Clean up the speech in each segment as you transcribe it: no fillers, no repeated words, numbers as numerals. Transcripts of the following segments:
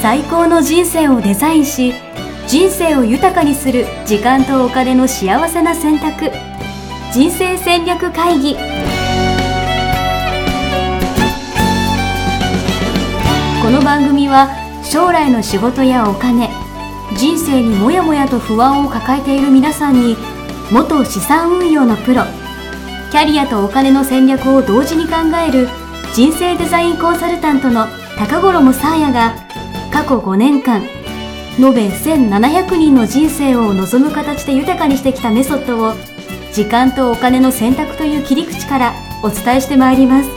最高の人生をデザインし、人生を豊かにする時間とお金の幸せな選択。人生戦略会議。この番組は将来の仕事やお金、人生にもやもやと不安を抱えている皆さんに、元資産運用のプロ、キャリアとお金の戦略を同時に考える人生デザインコンサルタントの高頃もさあやが、過去5年間延べ1700人の人生を望む形で豊かにしてきたメソッドを、時間とお金の選択という切り口からお伝えしてまいります。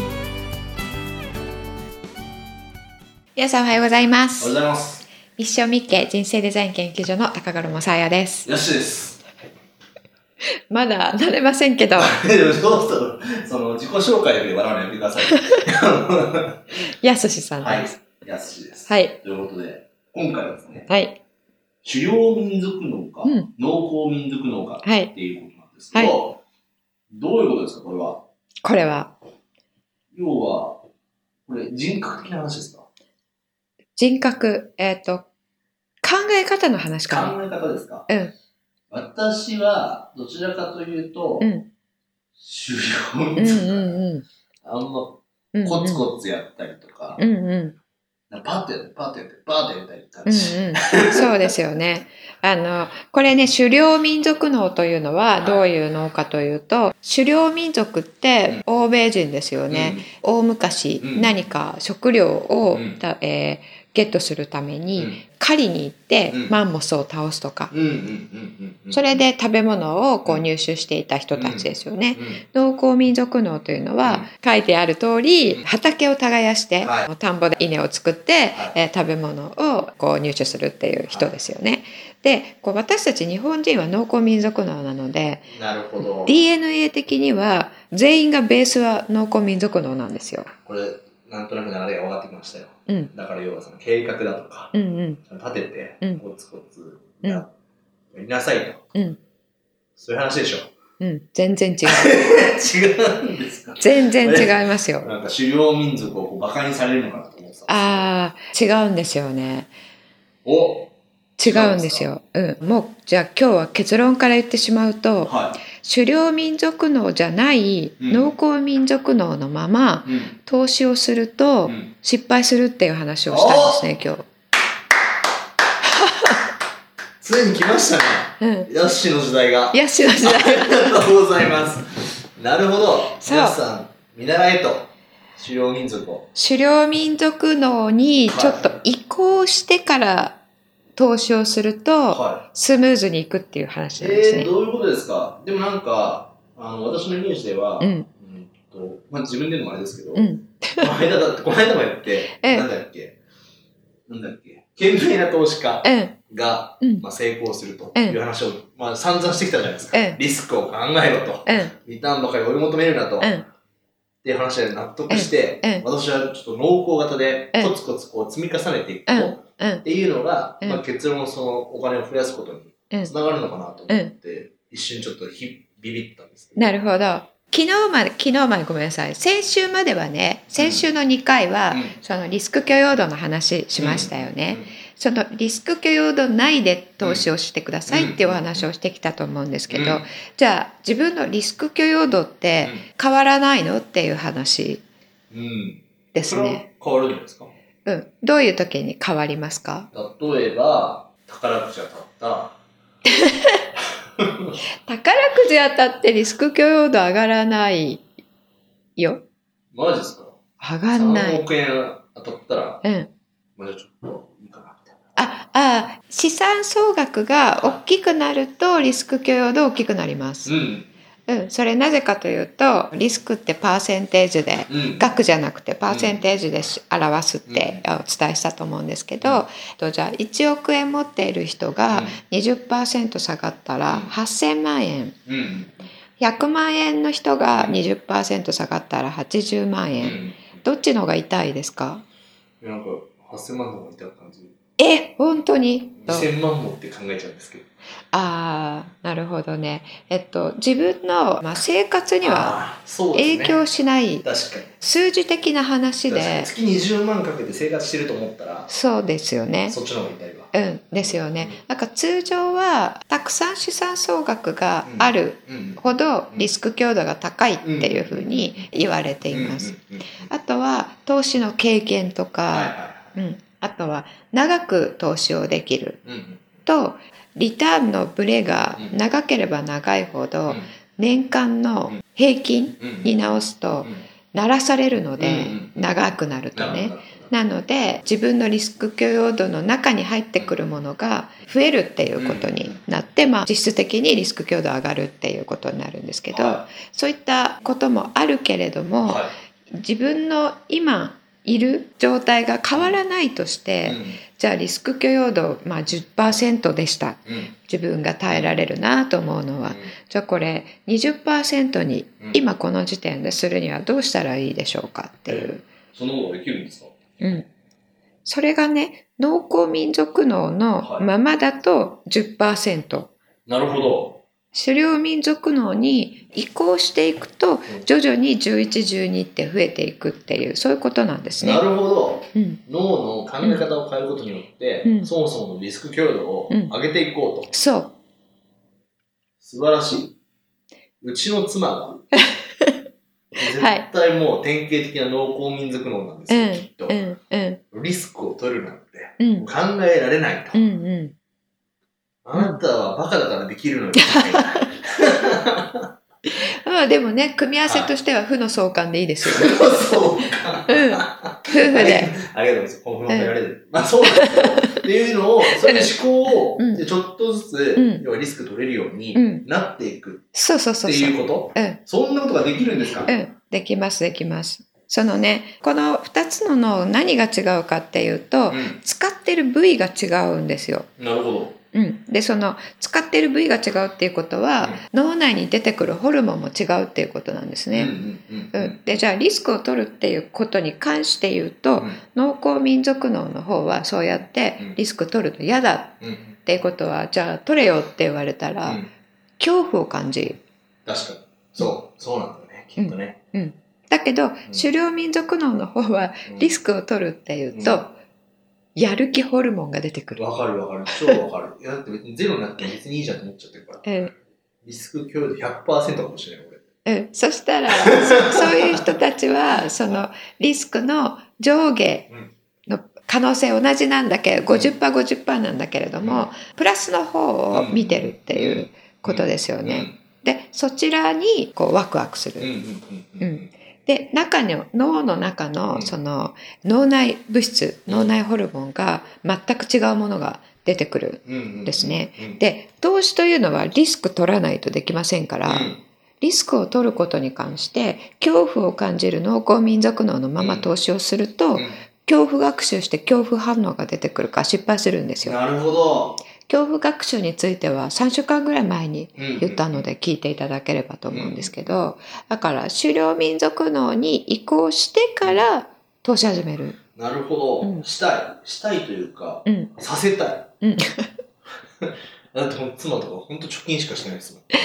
皆さんおはようございます。 おはようございます。 ミッションミッケ人生デザイン研究所の高頃もさあやです。 よしです。 まだ慣れませんけどその自己紹介で笑わないでください。 やすしさんです。 はい、やすしです。 はい。 ということで、今回はですね、 はい。 狩猟民族農家、農耕民族農家っていうことなんですけど、はい、どういうことですか、これは。 これは。 要は、これ人格的な話ですか？ 人格、考え方の話かな。 考え方ですか？ うん。 私は、どちらかというと、狩猟民族あんま、コツコツやったりとか、パーティーやったり感じ。 そうですよね。これね、狩猟民族農というのはどういう農かというと、狩猟民族って欧米人ですよね。大昔、何か食料を、ゲットするために狩りに行ってマンモスを倒すとか、それで食べ物をこう入手していた人たちですよね。農耕民族農というのは書いてある通り、畑を耕して田んぼで稲を作って、食べ物をこう入手するっていう人ですよね。で、こう私たち日本人は農耕民族農なので、 なるほど。 DNA 的には全員がベースは農耕民族農なんですよ。 これなんとなく流れが分かってきましたよ。だから要はその計画だとか、立ててコツコツやりなさいと、そういう話でしょ。 全然違う。 違うんですか？ 全然違いますよ。 なんか狩猟民族をバカにされるのかなと思ってた。 ああ、違うんですよね。違うんですよ。もうじゃあ今日は結論から言ってしまうと、狩猟民族農じゃない農耕民族農のまま投資をすると失敗するっていう話をしたんですね、今日。 ついに来ましたね。ヤッシーの時代が。 ヤッシーの時代。 ありがとうございます。なるほど。皆さん見習えと。狩猟民族を。 狩猟民族農にちょっと移行してから投資をするとスムーズにいくっていう話なんですね。 どういうことですか？でもなんか私のイメージでは、自分でもあれですけど、この間もやって、なんだっけ、賢明な投資家が、成功するという話を、散々してきたじゃないですか。リスクを考えろと、リターンばかり追い求めるなと、っていう話で納得して、私はちょっと農耕型でコツコツこう積み重ねていくと、っていうのが、結論そのお金を増やすことにつながるのかなと思って、一瞬ちょっとビビったんですけど。 なるほど。昨日までごめんなさい。先週まではね、先週の2回は、そのリスク許容度の話しましたよね。そのリスク許容度内で投資をしてくださいっていうお話をしてきたと思うんですけど、じゃあ自分のリスク許容度って変わらないのっていう話ですね。 変わるんですか？ どういう時に変わりますか？ 例えば、宝くじ当たった。 宝くじ当たってリスク許容度上がらないよ。 マジですか？ 上がんない。 3億円当たったら、じゃあちょっといいかなみたいな。資産総額が大きくなるとリスク許容度大きくなります。それなぜかというと、リスクってパーセンテージで、額じゃなくてパーセンテージで表すってお伝えしたと思うんですけど、じゃあ1億円持っている人が 20% 下がったら8000万円、100万円の人が 20% 下がったら80万円、どっちの方が痛いですか？ なんか8000万の方が痛い感じ。 本当に 2000万もって考えちゃうんですけど。 なるほどね。自分の、生活には影響しない、数字的な話で。 月20万かけて生活してると思ったら。 そうですよね。 そっちの方が痛いわ。 ですよね。なんか通常はたくさん資産総額があるほどリスク強度が高いっていうふうに言われています。あとは投資の経験とか、あとは長く投資をできると、リターンのブレが長ければ長いほど年間の平均に直すとならされるので、長くなるとね。なので自分のリスク許容度の中に入ってくるものが増えるっていうことになって、実質的にリスク許容度上がるっていうことになるんですけど、そういったこともあるけれども、自分の今いる状態が変わらないとして、じゃあリスク許容度、10% でした、自分が耐えられるなと思うのは、じゃあこれ 20% に今この時点でするにはどうしたらいいでしょうかっていう。 その方ができるんですか？ それがね、農耕民族農のままだと 10%。 なるほど。 狩猟民族農に移行していくと徐々に11、12って増えていくっていう、そういうことなんですね。 なるほど。脳の考え方を変えることによって、そもそものリスク許容度を上げていこうと。 そう。 素晴らしい。うちの妻が絶対もう典型的な農耕民族農なんですよ、きっと。リスクを取るなんて考えられないと。あなたはバカだからできるのに。 でもね、組み合わせとしては負の相関でいいですよね。 負の相関。 夫婦で。 ありがとうございます。このやられる。そうなんですよ。っていうのを、そういう思考を、ちょっとずつ、要はリスク取れるようになっていく。っていうこと？そんなことができるんですか？ できます、できます。そのね、この2つの脳何が違うかっていうと、使ってる部位が違うんですよ。 なるほど。 で、その使っている部位が違うっていうことは、脳内に出てくるホルモンも違うっていうことなんですね。で、じゃあリスクを取るっていうことに関して言うと、農耕民族脳の方はそうやってリスク取ると嫌だっていうことは、じゃあ取れよって言われたら、恐怖を感じる。 確かに。そうなんだね、きっとね。 だけど、狩猟民族脳の方はリスクを取るっていうと、やる気ホルモンが出てくる。 わかる。超わかる。だって別にゼロになって別にいいじゃんと思っちゃってるから。リスク許容度 100% かもしれない、俺。 そしたら、そういう人たちは、そのリスクの上下の可能性同じなんだけど、50%、50% なんだけれども、プラスの方を見てるっていうことですよね。で、そちらにこうワクワクする。で、脳の中のその脳内物質、脳内ホルモンが全く違うものが出てくるんですね。で、投資というのはリスク取らないとできませんから、リスクを取ることに関して恐怖を感じる農耕民族脳のまま投資をすると、恐怖学習して恐怖反応が出てくるから失敗するんですよ。 なるほど。 恐怖学習については3週間ぐらい前に言ったので聞いていただければと思うんですけど、だから狩猟民族脳に移行してから投資始める。 なるほど。したいというか、させたい。だって妻とか本当貯金しかしてないですもん。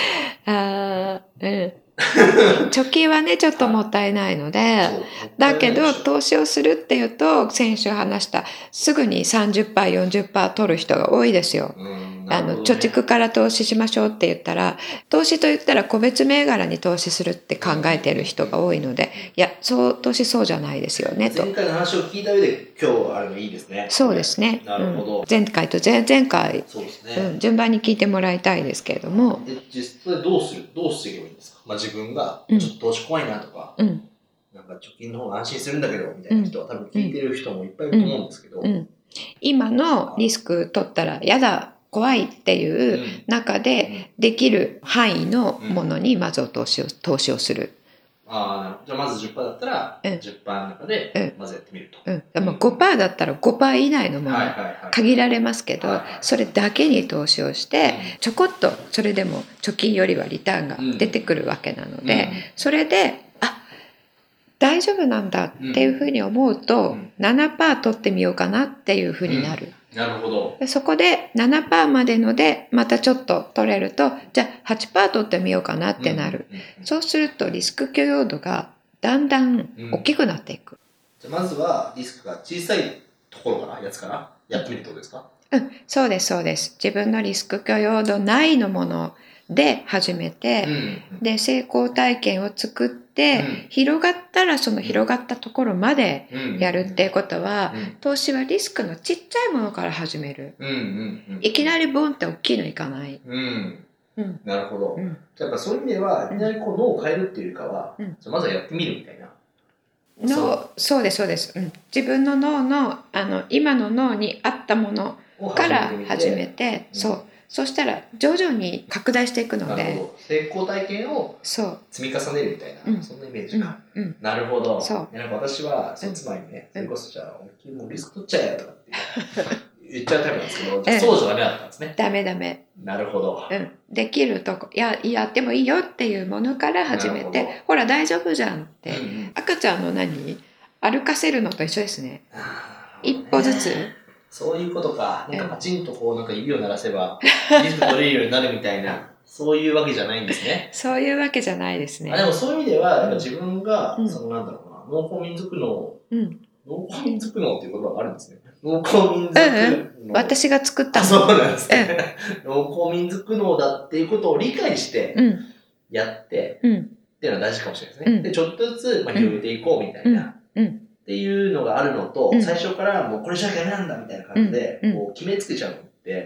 貯金はねちょっともったいないので、だけど投資をするっていうと先週話したすぐに 30%、40% 取る人が多いですよ。貯蓄から投資しましょうって言ったら、投資と言ったら個別銘柄に投資するって考えている人が多いので、いや投資そうじゃないですよねと。 前回の話を聞いた上で今日あるのいいですね。 そうですね。 なるほど。 前回と前々回、 そうですね。 順番に聞いてもらいたいですけれども。 実際どうしていけばいいんですか？自分がちょっと投資怖いなとか、なんか貯金の方が安心するんだけどみたいな人は多分聞いてる人もいっぱいいると思うんですけど、 今のリスク取ったらやだ怖いっていう中でできる範囲のものにまず投資をする。 じゃあまず 10% だったら 10% の中でまずやってみると。 5% だったら 5% 以内のもの限られますけど、それだけに投資をしてちょこっとそれでも貯金よりはリターンが出てくるわけなので、それで大丈夫なんだっていうふうに思うと、7% 取ってみようかなっていうふうになる。 なるほど。 そこで 7% までのでまたちょっと取れると、じゃあ 8% 取ってみようかなってなる。そうするとリスク許容度がだんだん大きくなっていく。 じゃあまずはリスクが小さいところからやつからやってみるってことですか？ そうですそうです。自分のリスク許容度内のもので始めて、で成功体験を作って、広がったらその広がったところまでやるっていうことは、投資はリスクのちっちゃいものから始める。いきなりボンって大きいのいかない。 なるほど。やっぱそういう意味ではいきなりこう脳を変えるっていうかは、まずはやってみるみたいな。 そうですそうです。自分の脳の今の脳に合ったものから始めて、そうしたら徐々に拡大していくので、 成功体験を積み重ねるみたいな、そんなイメージか。なるほど。なんか私はつまりね、それこそじゃあもうリスク取っちゃえよとかって言っちゃうタイプなんですけど、そうじゃダメだったんですね。 ダメ。 なるほど。 できるとこやってもいいよっていうものから始めて、ほら大丈夫じゃんって、赤ちゃんの歩かせるのと一緒ですね。一歩ずつ。 そういうことか。なんかパチンとこうなんか指を鳴らせばリスク取れるようになるみたいな、そういうわけじゃないんですね。 そういうわけじゃないですね。 でもそういう意味では自分がそのなんだろうな、農耕民族脳、農耕民族脳っていう言葉があるんですね。農耕民族脳。 私が作ったの。 そうなんですね。農耕民族脳だっていうことを理解してやってっていうのは大事かもしれないですね。でちょっとずつ広げていこうみたいな。っていうのがあるのと、最初からもうこれじゃダメなんだみたいな感じで、こう決めつけちゃうのって、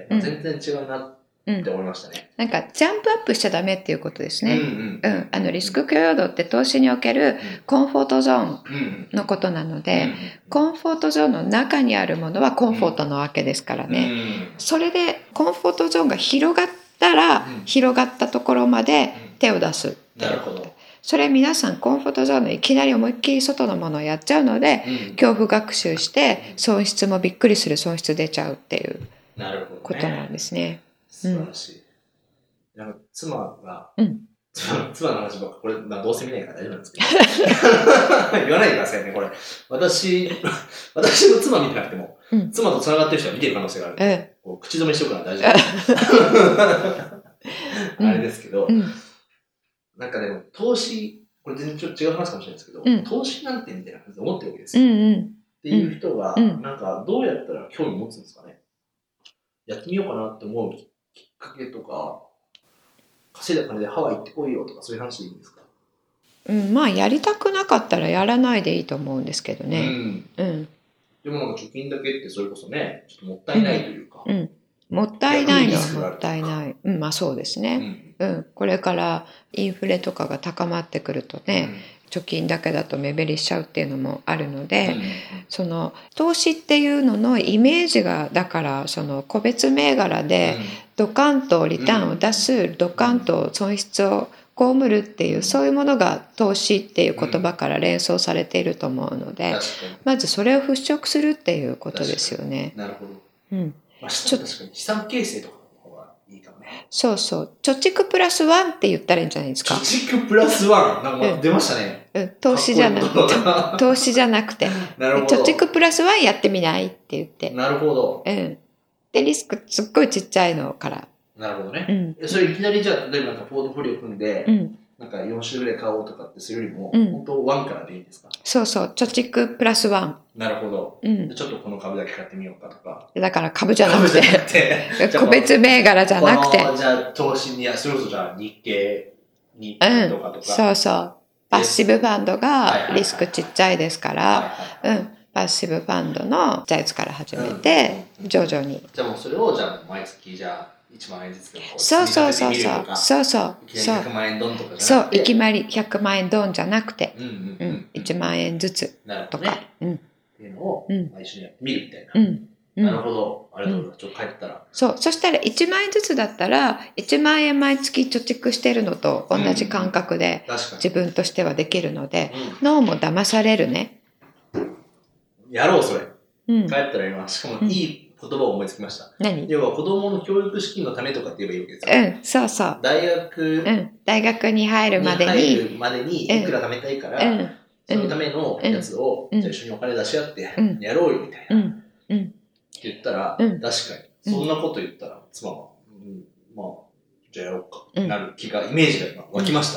全然違うなって思いましたね。 なんかジャンプアップしちゃダメっていうことですね。リスク許容度って投資におけるコンフォートゾーンのことなので、コンフォートゾーンの中にあるものはコンフォートなわけですからね。それでコンフォートゾーンが広がったら、広がったところまで手を出すっていうこと。それ皆さんコンフォートゾーンのいきなり思いっきり外のものをやっちゃうので、恐怖学習して損失もびっくりする損失出ちゃうっていうことなんですね。 素晴らしい。なんか妻が、妻の話ばっかこれどうせ見ないから大丈夫なんですけど言わないでくださいねこれ。私の妻見てなくても、妻と繋がってる人は見てる可能性があるので、口止めしておくから大丈夫あれですけど、なんかでも投資、これ全然ちょっと違う話かもしれないですけど、投資なんてみたいな感じで思ってるわけですよ。っていう人が、なんかどうやったら興味持つんですかね。やってみようかなって思うきっかけとか、稼いだ金でハワイ行ってこいよとかそういう話でいいんですか？ まあやりたくなかったらやらないでいいと思うんですけどね。 でもなんか貯金だけってそれこそね、ちょっともったいないというか。 もったいないのはもったいない。まあそうですね。これからインフレとかが高まってくるとね、貯金だけだと目減りしちゃうっていうのもあるので、その投資っていうののイメージがだからその個別銘柄でドカンとリターンを出す、ドカンと損失を被るっていう、そういうものが投資っていう言葉から連想されていると思うので、まずそれを払拭するっていうことですよね。 なるほど。確かに資産形成とかの方がいいかもね。 そう貯蓄プラスワンって言ったらいいんじゃないですか。 貯蓄プラスワンなんか出ましたね。 投資じゃなくて貯蓄プラスワンやってみないって言って。 なるほど。 でリスクすっごいちっちゃいのから。 なるほどね。それいきなりじゃあ例えばなんかポートフォリオ組んで、なんか4種ぐらい買おうとかってするよりも、本当ワンからでいいんですか？ そう貯蓄プラスワン。 なるほど。ちょっとこの株だけ買ってみようかとか。 だから株じゃなくて個別銘柄じゃなくて、 じゃあ投資にそれこそじゃあ日経とかとか。 そうパッシブファンドがリスクちっちゃいですから、パッシブファンドのやつから始めて、徐々に。 じゃあもうそれをじゃあ毎月じゃあ1万円ずつでもそう 100万円ドンとかじゃなくて、 いきなり100万円ドンじゃなくて、1万円ずつとか、 っていうのを毎週やってみるみたいな。なるほど。ありがとうございます。ちょっと帰ったら。 そしたら1万円ずつだったら、1万円毎月貯蓄してるのと同じ感覚で自分としてはできるので、脳も騙されるね。 やろう、それ。帰ったらやります。しかもいい言葉を思いつきました。要は子供の教育資金のためとかって言えばいいわけですよ。 そう。 大学に入るまでにいくら貯めたいから、じそのためのやつを、じゃあ一緒にお金出し合ってやろうよみたいな。って言ったら、確かに、そんなこと言ったら、妻は、まあ、じゃあやろうか、なる気が、イメージが今湧きました。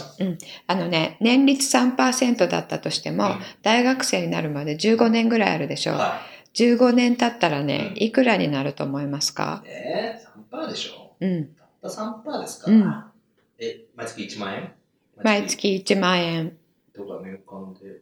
年率 3% だったとしても、大学生になるまで15年ぐらいあるでしょ。15年経ったらね、いくらになると思いますか ？3% でしょ。たった 3% ですから。毎月1万円？ 毎月1万円。 ってことは年間で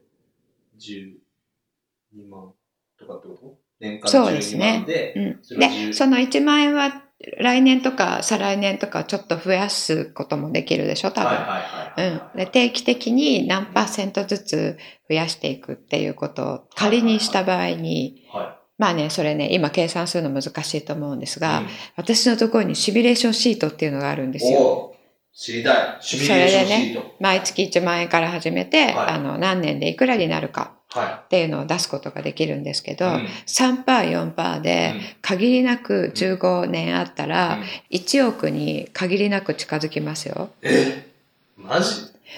12万とかってこと？年間12万で。 で、その1万円は来年とか再来年とかちょっと増やすこともできるでしょ、多分。で、定期的に何%ずつ増やしていくっていうことを仮にした場合に、まあね、それね、今計算するの難しいと思うんですが、私のところにシミュレーションシートっていうのがあるんですよ。 知りたい。シミュレーションシート。 それでね、毎月1万円から始めて、何年でいくらになるかっていうのを出すことができるんですけど、3%、4% で限りなく15年あったら、1億に限りなく近づきますよ。 マジ？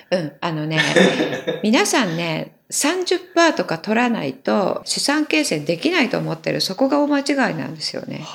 皆さんね、30% とか取らないと資産形成できないと思ってる、そこが大間違いなんですよね。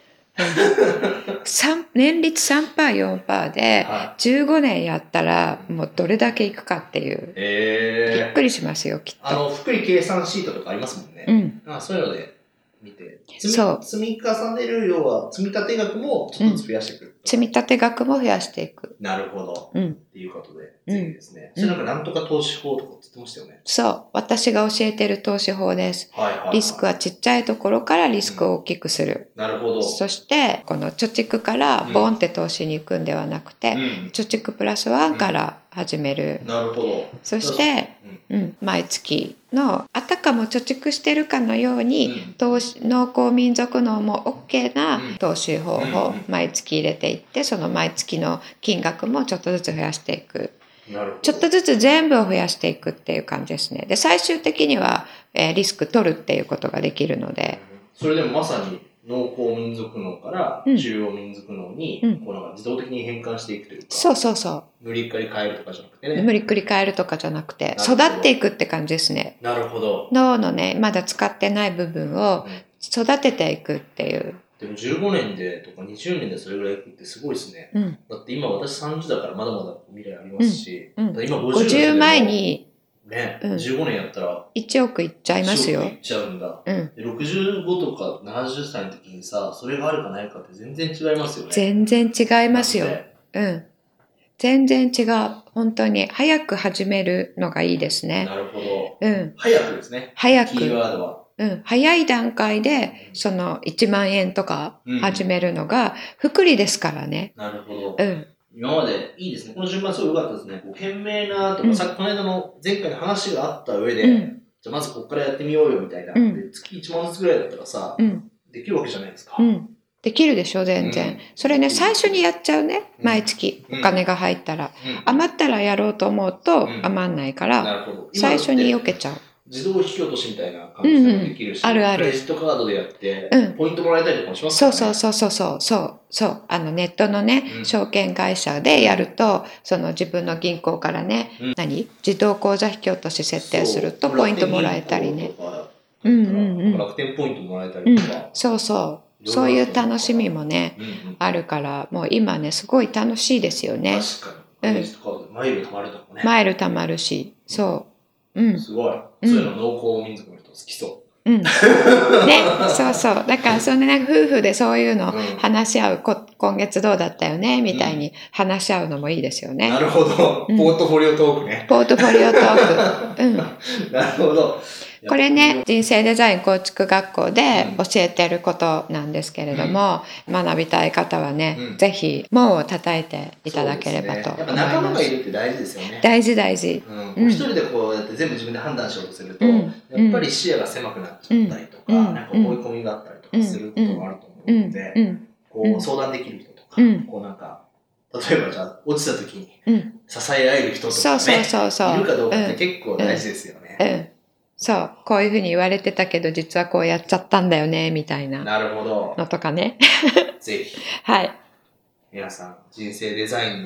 年率 3%、4% で15年やったらもうどれだけいくかっていう。びっくりしますよ、きっと。 福利計算シートとかありますもんね。そういうので見て。積み重ねる量は、積み立て額もちょっとずつ増やしていく。 積み立て額も増やしていく。 なるほど。っていうことで、ぜひですね。それなんとか投資法とかって言ってましたよね。 そう。私が教えている投資法です。リスクはちっちゃいところからリスクを大きくする。 なるほど。 そして、この貯蓄からボンって投資に行くんではなくて、貯蓄プラス1から始める。 なるほど。 そして、毎月のあたかも貯蓄してるかのように、農耕民族農も OK な投資法を毎月入れていって、その毎月の金額もちょっとずつ増やしていく。ちょっとずつ全部を増やしていくっていう感じですね。で、最終的には、リスク取るっていうことができるので。 それでもまさに農耕民族農から中央民族農に、こうなんか自動的に変換していくというか。そう。無理くり変えるとかじゃなくてね。 無理くり変えるとかじゃなくて、育っていくって感じですね。 なるほど。 脳のね、まだ使ってない部分を育てていくっていう。 でも15年でとか20年でそれぐらいいくってすごいですね。だって今私30だからまだまだ未来ありますし、今 50前にね、15年やったら 1億いっちゃいますよ。 1億いっちゃうんだ。で65とか70歳の時にさ、それがあるかないかって全然違いますよね。 全然違いますよ。全然違う。本当に早く始めるのがいいですね。 なるほど。早くですね。 早く。 キーワードは。 早い段階で、その1万円とか始めるのが、福利ですからね。 なるほど。今までいいですね。この順番すごい良かったですね。懸命なとか、さっきこの間の前回の話があった上で、じゃあまずここからやってみようよみたいな。で月1万ずつぐらいだったらさ、できるわけじゃないですか。 できるでしょ、全然。それね、最初にやっちゃうね。毎月お金が入ったら。余ったらやろうと思うと余んないから、最初に避けちゃう。 自動引き落としみたいな感じでもできるし、クレジットカードでやって、ポイントもらえたりとかもしますからね。 そう。ネットのね、証券会社でやると、その自分の銀行からね、自動口座引き落とし設定するとポイントもらえたりね。 楽天ポイントもらえたりとか。 そういう楽しみもね、あるから、もう今ね、すごい楽しいですよね。 確かに。クレジットカードでマイル貯まるとかね。 マイル貯まるし、そう。 すごい。そういうの農耕民族の人好きそう。 ね、そう。だから、そのね、夫婦でそういうの話し合う、今月どうだったよね、みたいに話し合うのもいいですよね。 なるほど。ポートフォリオトークね。 ポートフォリオトーク。なるほど。 これね、人生デザイン構築学校で教えてることなんですけれども、学びたい方はね、ぜひ門を叩いていただければと思います。 やっぱ仲間がいるって大事ですよね。 大事。 一人でこうやって全部自分で判断しようとすると、やっぱり視野が狭くなっちゃったりとか、なんか追い込みがあったりとかすることもあると思うので、こう相談できる人とか、こうなんか、例えばじゃあ落ちた時に支え合える人とかね、いるかどうかって結構大事ですよね。 そう。こういうふうに言われてたけど、実はこうやっちゃったんだよね、みたいな。 なるほど。 のとかね。 ぜひ。 はい。 皆さん、人生デザインの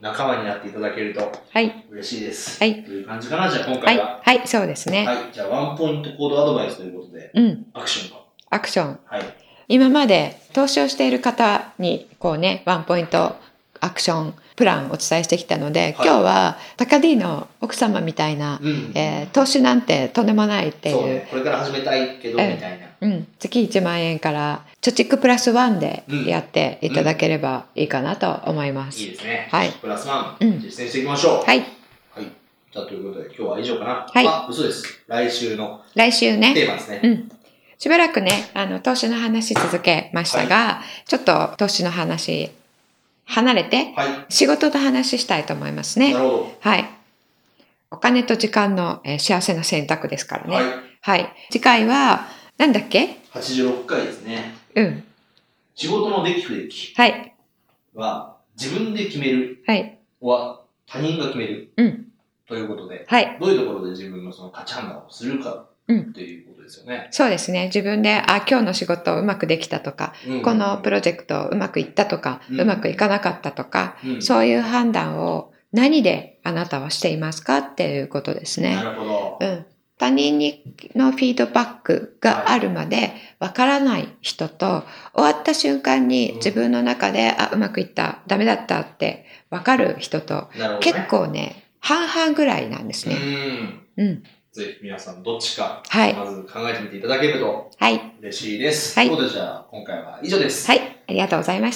仲間になっていただけると嬉しいです。 はい。 という感じかな、じゃあ今回は。 はい、はい、そうですね。 はい。じゃあワンポイント行動アドバイスということで、アクションか。 アクション。 はい。 今まで投資をしている方にこうね、ワンポイントアクションプランをお伝えしてきたので、今日は高 D の奥様みたいな、投資なんてとんでもないっていう。そうね、 これから始めたいけどみたいな。 月1万円から貯蓄プラス1でやっていただければいいかなと思います。 いいですね。 はい。 プラス1、実践していきましょう。 はい。 はい。じゃあということで今日は以上かな。はい。嘘です。来週ね。テーマですね。 しばらくね、投資の話続けましたが、ちょっと投資の話離れて、仕事の話したいと思いますね。 なるほど。 はい。お金と時間の、幸せな選択ですからね。はい。次回は、なんだっけ ?86 回ですね。仕事の出来不出来。 はい。 は、自分で決める。 はい。 は、他人が決める。ということで、どういうところで自分のその価値判断をするかっていうことですよね。 そうですね。自分で、今日の仕事うまくできたとか、このプロジェクトうまくいったとか、うまくいかなかったとか、そういう判断を何であなたはしていますかっていうことですね。 なるほど。 他人のフィードバックがあるまでわからない人と、終わった瞬間に自分の中で、うまくいった、ダメだったってわかる人と、結構ね、半々ぐらいなんですね。 ぜひ皆さんどっちか、まず考えてみていただけると嬉しいです。ということでじゃあ今回は以上です。 はい、ありがとうございました。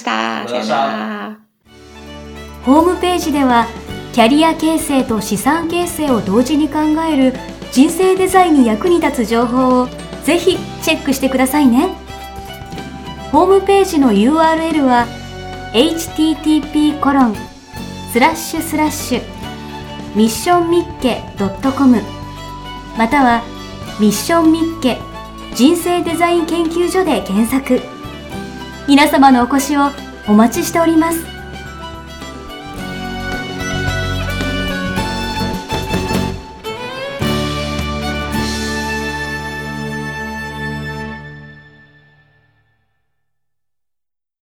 さよなら。 ホームページではキャリア形成と資産形成を同時に考える人生デザインに役に立つ情報をぜひチェックしてくださいね。ホームページの URL は http://missionmicke.com またはミッションミッケ人生デザイン研究所で検索。皆様のお越しをお待ちしております。